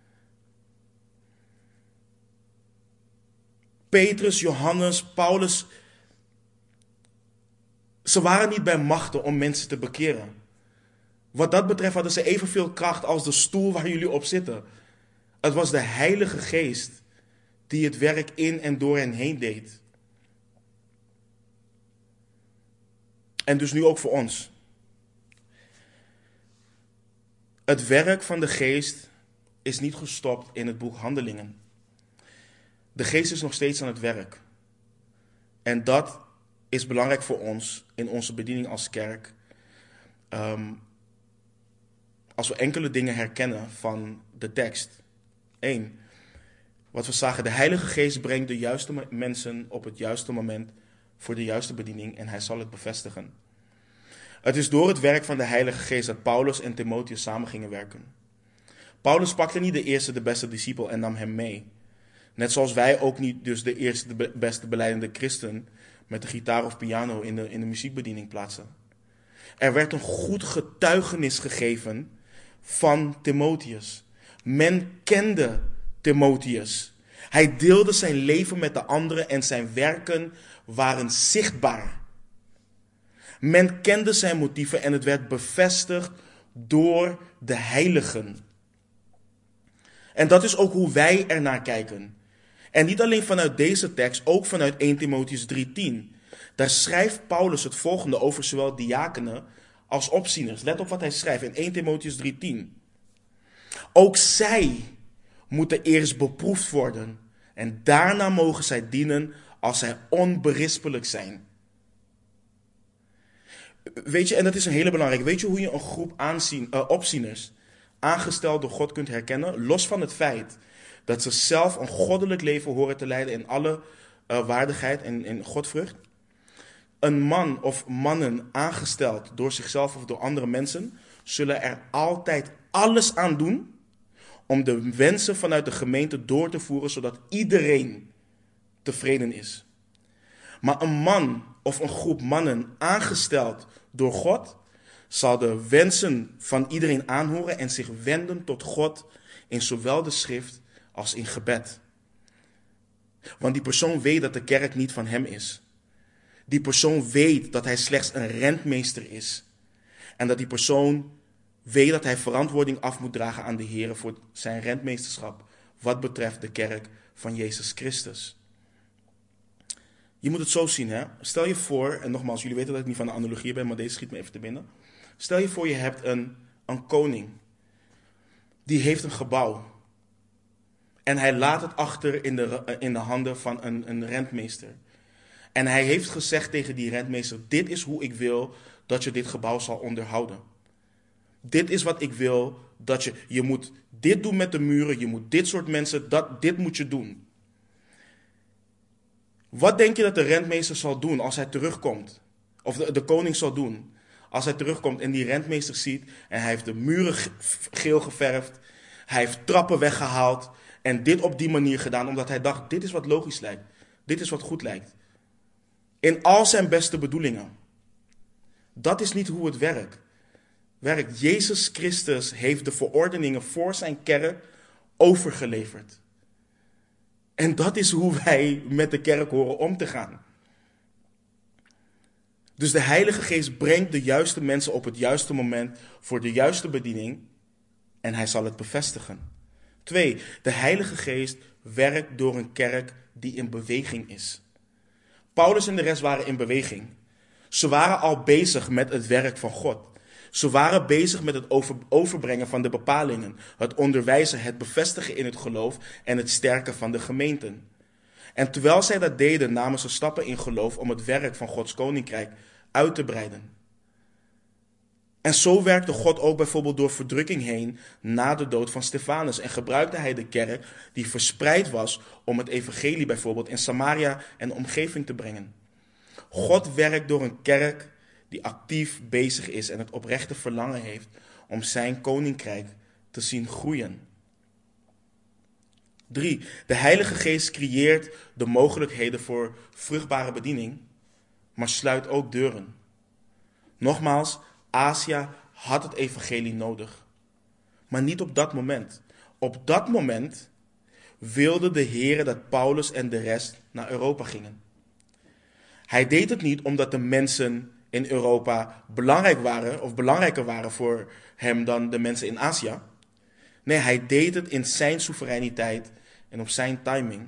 Petrus, Johannes, Paulus, ze waren niet bij machten om mensen te bekeren. Wat dat betreft hadden ze evenveel kracht als de stoel waar jullie op zitten. Het was de Heilige Geest die het werk in en door hen heen deed. En dus nu ook voor ons. Het werk van de Geest is niet gestopt in het boek Handelingen. De Geest is nog steeds aan het werk. En dat is belangrijk voor ons in onze bediening als kerk. Um, als we enkele dingen herkennen van de tekst. Eén, wat we zagen, de Heilige Geest brengt de juiste mensen op het juiste moment voor de juiste bediening en hij zal het bevestigen. Het is door het werk van de Heilige Geest dat Paulus en Timotheus samen gingen werken. Paulus pakte niet de eerste, de beste discipel en nam hem mee. Net zoals wij ook niet dus de eerste, de beste belijdende christen met de gitaar of piano in de, in de muziekbediening plaatsen. Er werd een goed getuigenis gegeven van Timotheus. Men kende Timotheus. Hij deelde zijn leven met de anderen en zijn werken waren zichtbaar. Men kende zijn motieven en het werd bevestigd door de heiligen. En dat is ook hoe wij ernaar kijken. En niet alleen vanuit deze tekst, ook vanuit eerste Timotheus drie tien. Daar schrijft Paulus het volgende over zowel diakenen als opzieners. Let op wat hij schrijft in eerste Timotheus drie tien. Ook zij moeten eerst beproefd worden en daarna mogen zij dienen als zij onberispelijk zijn. Weet je, en dat is een hele belangrijke. Weet je hoe je een groep aanzien, uh, opzieners, aangesteld door God kunt herkennen? Los van het feit dat ze zelf een goddelijk leven horen te leiden in alle uh, waardigheid en in godvrucht. Een man of mannen aangesteld door zichzelf of door andere mensen zullen er altijd alles aan doen om de wensen vanuit de gemeente door te voeren, zodat iedereen tevreden is. Maar een man of een groep mannen aangesteld door God zal de wensen van iedereen aanhoren en zich wenden tot God in zowel de schrift als in gebed. Want die persoon weet dat de kerk niet van hem is. Die persoon weet dat hij slechts een rentmeester is. En dat die persoon weet dat hij verantwoording af moet dragen aan de Heer voor zijn rentmeesterschap wat betreft de kerk van Jezus Christus. Je moet het zo zien, hè? Stel je voor, en nogmaals, jullie weten dat ik niet van de analogie ben, maar deze schiet me even te binnen. Stel je voor, je hebt een, een koning. Die heeft een gebouw. En hij laat het achter in de, in de handen van een, een rentmeester. En hij heeft gezegd tegen die rentmeester, dit is hoe ik wil dat je dit gebouw zal onderhouden. Dit is wat ik wil, dat je, je moet dit doen met de muren, je moet dit soort mensen, dat, dit moet je doen. Wat denk je dat de rentmeester zal doen als hij terugkomt? Of de, de koning zal doen als hij terugkomt en die rentmeester ziet en hij heeft de muren geel geverfd, hij heeft trappen weggehaald en dit op die manier gedaan omdat hij dacht, dit is wat logisch lijkt, dit is wat goed lijkt. In al zijn beste bedoelingen. Dat is niet hoe het werkt. werkt. Jezus Christus heeft de verordeningen voor zijn kerk overgeleverd. En dat is hoe wij met de kerk horen om te gaan. Dus de Heilige Geest brengt de juiste mensen op het juiste moment voor de juiste bediening en hij zal het bevestigen. Twee, de Heilige Geest werkt door een kerk die in beweging is. Paulus en de rest waren in beweging. Ze waren al bezig met het werk van God. Ze waren bezig met het over, overbrengen van de bepalingen, het onderwijzen, het bevestigen in het geloof en het sterken van de gemeenten. En terwijl zij dat deden, namen ze stappen in geloof om het werk van Gods koninkrijk uit te breiden. En zo werkte God ook bijvoorbeeld door verdrukking heen na de dood van Stefanus. En gebruikte hij de kerk die verspreid was om het evangelie bijvoorbeeld in Samaria en de omgeving te brengen. God werkt door een kerk die actief bezig is en het oprechte verlangen heeft om zijn koninkrijk te zien groeien. Drie, de Heilige Geest creëert de mogelijkheden voor vruchtbare bediening, maar sluit ook deuren. Nogmaals, Azië had het evangelie nodig, maar niet op dat moment. Op dat moment wilde de Heer dat Paulus en de rest naar Europa gingen. Hij deed het niet omdat de mensen in Europa belangrijk waren of belangrijker waren voor hem dan de mensen in Azië. Nee, hij deed het in zijn soevereiniteit en op zijn timing.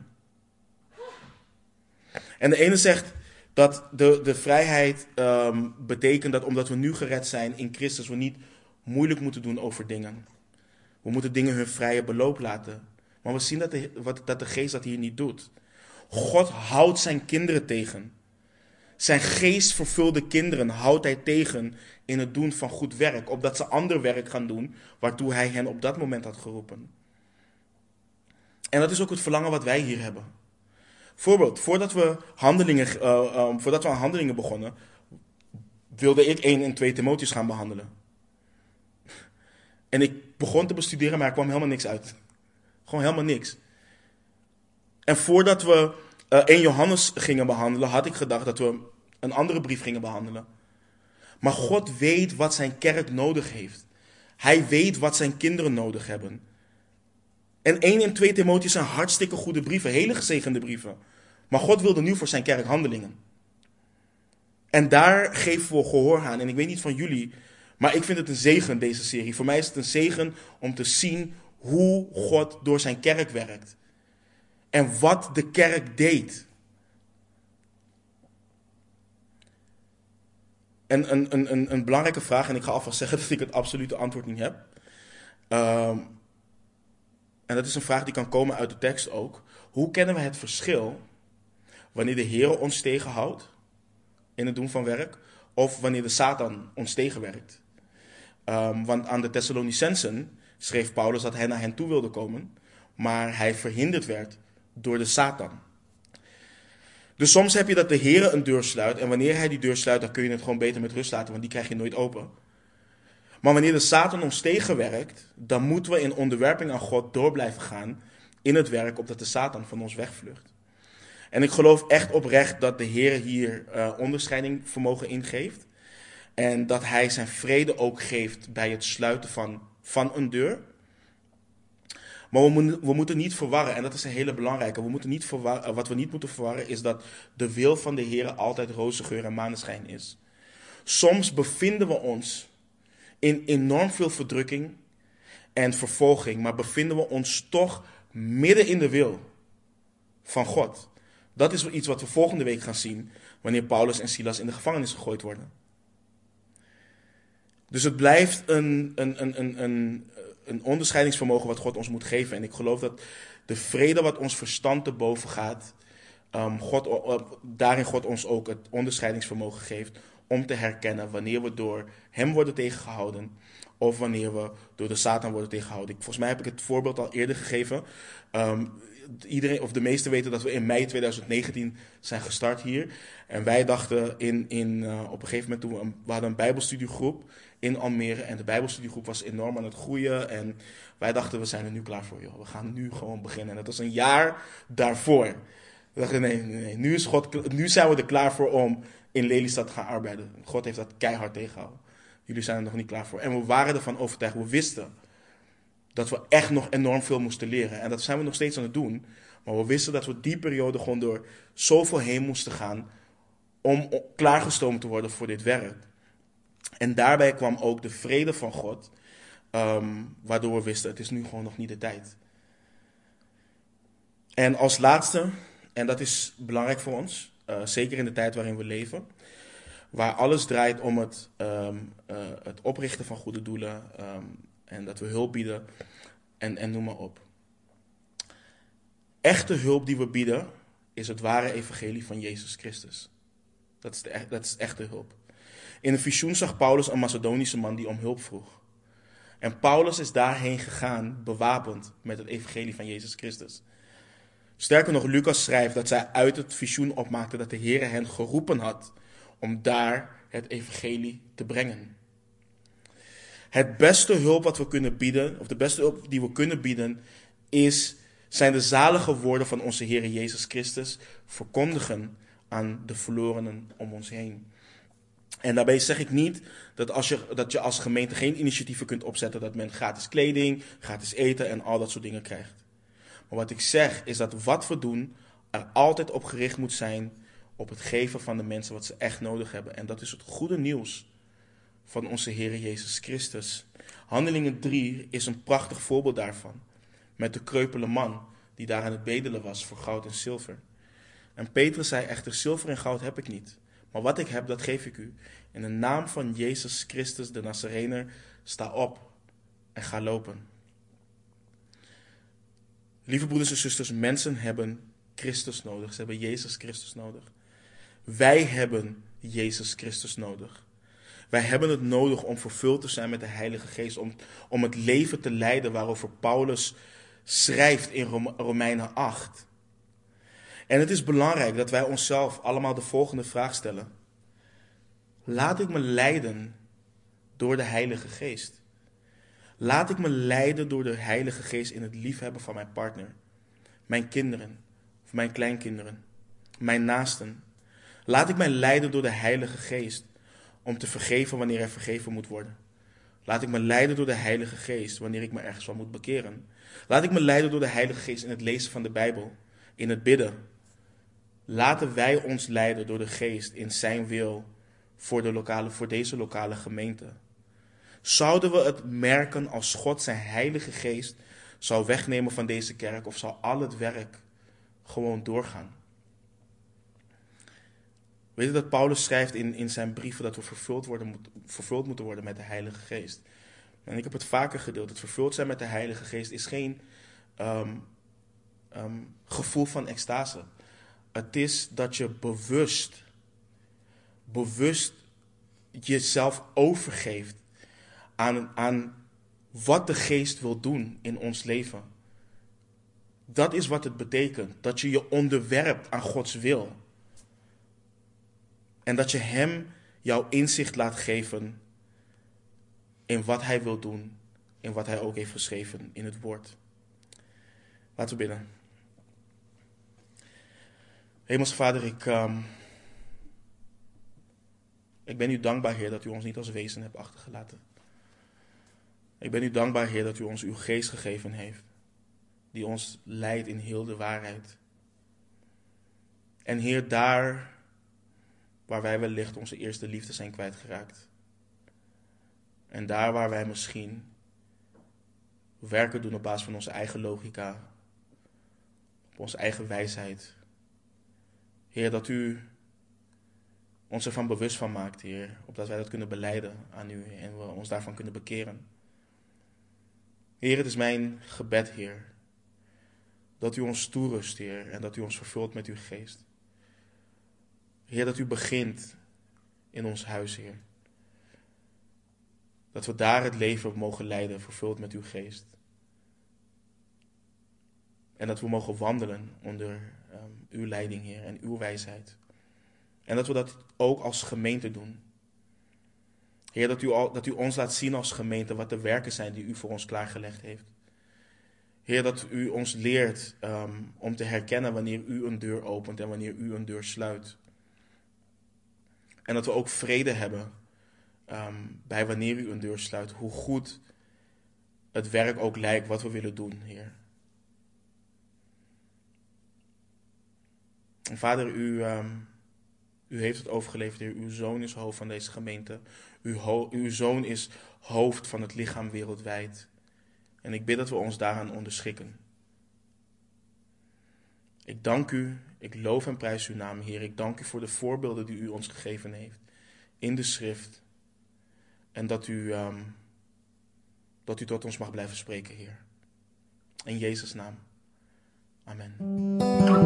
En de ene zegt dat de, de vrijheid um, betekent dat omdat we nu gered zijn in Christus, we niet moeilijk moeten doen over dingen. We moeten dingen hun vrije beloop laten. Maar we zien dat de, wat, dat de geest dat hier niet doet. God houdt zijn kinderen tegen. Zijn geestvervulde kinderen houdt hij tegen in het doen van goed werk, opdat ze ander werk gaan doen, waartoe hij hen op dat moment had geroepen. En dat is ook het verlangen wat wij hier hebben. Voorbeeld, voordat we, handelingen, uh, um, voordat we aan handelingen begonnen, wilde ik één en twee Timotheus gaan behandelen. En ik begon te bestuderen, maar er kwam helemaal niks uit. Gewoon helemaal niks. En voordat we uh, één Johannes gingen behandelen, had ik gedacht dat we een andere brief gingen behandelen. Maar God weet wat zijn kerk nodig heeft. Hij weet wat zijn kinderen nodig hebben. En één en twee Timotheus zijn hartstikke goede brieven, hele gezegende brieven. Maar God wilde nu voor zijn kerk handelingen. En daar geven we gehoor aan. En ik weet niet van jullie, maar ik vind het een zegen, deze serie. Voor mij is het een zegen om te zien hoe God door zijn kerk werkt. En wat de kerk deed. En een, een, een, een belangrijke vraag, en ik ga alvast zeggen dat ik het absolute antwoord niet heb. Um, en dat is een vraag die kan komen uit de tekst ook. Hoe kennen we het verschil wanneer de Heer ons tegenhoudt in het doen van werk, of wanneer de Satan ons tegenwerkt? Um, want aan de Thessalonicensen schreef Paulus dat hij naar hen toe wilde komen, maar hij verhinderd werd door de Satan. Dus soms heb je dat de Heer een deur sluit, en wanneer hij die deur sluit, dan kun je het gewoon beter met rust laten, want die krijg je nooit open. Maar wanneer de Satan ons tegenwerkt, dan moeten we in onderwerping aan God door blijven gaan in het werk, opdat de Satan van ons wegvlucht. En ik geloof echt oprecht dat de Heer hier uh, onderscheiding vermogen ingeeft. En dat hij zijn vrede ook geeft bij het sluiten van, van een deur. Maar we, mo- we moeten niet verwarren, en dat is een hele belangrijke. We moeten niet verwarren, wat we niet moeten verwarren is dat de wil van de Heer altijd roze geur en maneschijn is. Soms bevinden we ons in enorm veel verdrukking en vervolging, maar bevinden we ons toch midden in de wil van God. Dat is iets wat we volgende week gaan zien, wanneer Paulus en Silas in de gevangenis gegooid worden. Dus het blijft een, een, een, een, een, een onderscheidingsvermogen wat God ons moet geven. En ik geloof dat de vrede wat ons verstand te boven gaat, um, God, uh, daarin God ons ook het onderscheidingsvermogen geeft om te herkennen wanneer we door hem worden tegengehouden of wanneer we door de Satan worden tegengehouden. Volgens mij heb ik het voorbeeld al eerder gegeven. Um, iedereen, of de meesten weten dat we in mei tweeduizend negentien zijn gestart hier. En wij dachten in, in, uh, op een gegeven moment, toen we, een, we hadden een bijbelstudiegroep in Almere. En de bijbelstudiegroep was enorm aan het groeien. En wij dachten, we zijn er nu klaar voor, joh. We gaan nu gewoon beginnen. En dat was een jaar daarvoor. We dachten, nee, nee, nee. Nu, is God, nu zijn we er klaar voor om in Lelystad te gaan arbeiden. God heeft dat keihard tegengehouden. Jullie zijn er nog niet klaar voor. En we waren ervan overtuigd, we wisten dat we echt nog enorm veel moesten leren. En dat zijn we nog steeds aan het doen. Maar we wisten dat we die periode gewoon door zoveel heen moesten gaan om klaargestoomd te worden voor dit werk. En daarbij kwam ook de vrede van God, um, waardoor we wisten, het is nu gewoon nog niet de tijd. En als laatste, en dat is belangrijk voor ons, uh, zeker in de tijd waarin we leven, waar alles draait om het, um, uh, het oprichten van goede doelen, um, en dat we hulp bieden, en, en noem maar op. Echte hulp die we bieden, is het ware evangelie van Jezus Christus. Dat is, de, dat is echte hulp. In een visioen zag Paulus een Macedonische man die om hulp vroeg. En Paulus is daarheen gegaan, bewapend met het evangelie van Jezus Christus. Sterker nog, Lucas schrijft dat zij uit het visioen opmaakten dat de Heer hen geroepen had om daar het evangelie te brengen. Het beste hulp wat we kunnen bieden, of de beste hulp die we kunnen bieden, is, zijn de zalige woorden van onze Heer Jezus Christus verkondigen aan de verlorenen om ons heen. En daarbij zeg ik niet dat, als je, dat je als gemeente geen initiatieven kunt opzetten, dat men gratis kleding, gratis eten en al dat soort dingen krijgt. Maar wat ik zeg is dat wat we doen er altijd op gericht moet zijn op het geven van de mensen wat ze echt nodig hebben. En dat is het goede nieuws van onze Heer Jezus Christus. Handelingen drie is een prachtig voorbeeld daarvan. Met de kreupele man die daar aan het bedelen was voor goud en zilver. En Petrus zei echter, zilver en goud heb ik niet. Maar wat ik heb, dat geef ik u. In de naam van Jezus Christus, de Nazarener, sta op en ga lopen. Lieve broeders en zusters, mensen hebben Christus nodig. Ze hebben Jezus Christus nodig. Wij hebben Jezus Christus nodig. Wij hebben het nodig om vervuld te zijn met de Heilige Geest. Om, om het leven te leiden waarover Paulus schrijft in Romeinen acht. En het is belangrijk dat wij onszelf allemaal de volgende vraag stellen. Laat ik me leiden door de Heilige Geest? Laat ik me leiden door de Heilige Geest in het liefhebben van mijn partner, mijn kinderen, of mijn kleinkinderen, mijn naasten? Laat ik mij leiden door de Heilige Geest om te vergeven wanneer er vergeven moet worden? Laat ik me leiden door de Heilige Geest wanneer ik me ergens van moet bekeren? Laat ik me leiden door de Heilige Geest in het lezen van de Bijbel, in het bidden? Laten wij ons leiden door de Geest in zijn wil voor, de lokale, voor deze lokale gemeente. Zouden we het merken als God zijn Heilige Geest zou wegnemen van deze kerk, of zal al het werk gewoon doorgaan? Weet je dat Paulus schrijft in, in zijn brieven dat we vervuld, worden, vervuld moeten worden met de Heilige Geest? En ik heb het vaker gedeeld. Het vervuld zijn met de Heilige Geest is geen um, um, gevoel van extase. Het is dat je bewust, bewust jezelf overgeeft aan, aan wat de Geest wil doen in ons leven. Dat is wat het betekent. Dat je je onderwerpt aan Gods wil. En dat je hem jouw inzicht laat geven in wat hij wil doen. In wat hij ook heeft geschreven in het woord. Laten we bidden. Hemelse Vader, ik, um, ik ben u dankbaar, Heer, dat u ons niet als wezen hebt achtergelaten. Ik ben u dankbaar, Heer, dat u ons uw geest gegeven heeft. Die ons leidt in heel de waarheid. En Heer, daar waar wij wellicht onze eerste liefde zijn kwijtgeraakt. En daar waar wij misschien werken doen op basis van onze eigen logica. Op onze eigen wijsheid. Heer, dat u ons ervan bewust van maakt, Heer. Opdat wij dat kunnen belijden aan u en we ons daarvan kunnen bekeren. Heer, het is mijn gebed, Heer. Dat u ons toerust, Heer. En dat u ons vervult met uw geest. Heer, dat u begint in ons huis, Heer. Dat we daar het leven mogen leiden, vervuld met uw geest. En dat we mogen wandelen onder um, uw leiding, Heer, en uw wijsheid. En dat we dat ook als gemeente doen. Heer, dat u, al, dat u ons laat zien als gemeente wat de werken zijn die u voor ons klaargelegd heeft. Heer, dat u ons leert um, om te herkennen wanneer u een deur opent en wanneer u een deur sluit. En dat we ook vrede hebben um, bij wanneer u een deur sluit. Hoe goed het werk ook lijkt wat we willen doen, Heer. En Vader, u, um, u heeft het overgeleverd, Heer. Uw zoon is hoofd van deze gemeente. Uw, ho- uw zoon is hoofd van het lichaam wereldwijd. En ik bid dat we ons daaraan onderschikken. Ik dank u, ik loof en prijs uw naam, Heer. Ik dank u voor de voorbeelden die u ons gegeven heeft in de schrift. En dat u, um, dat u tot ons mag blijven spreken, Heer. In Jezus' naam. Amen.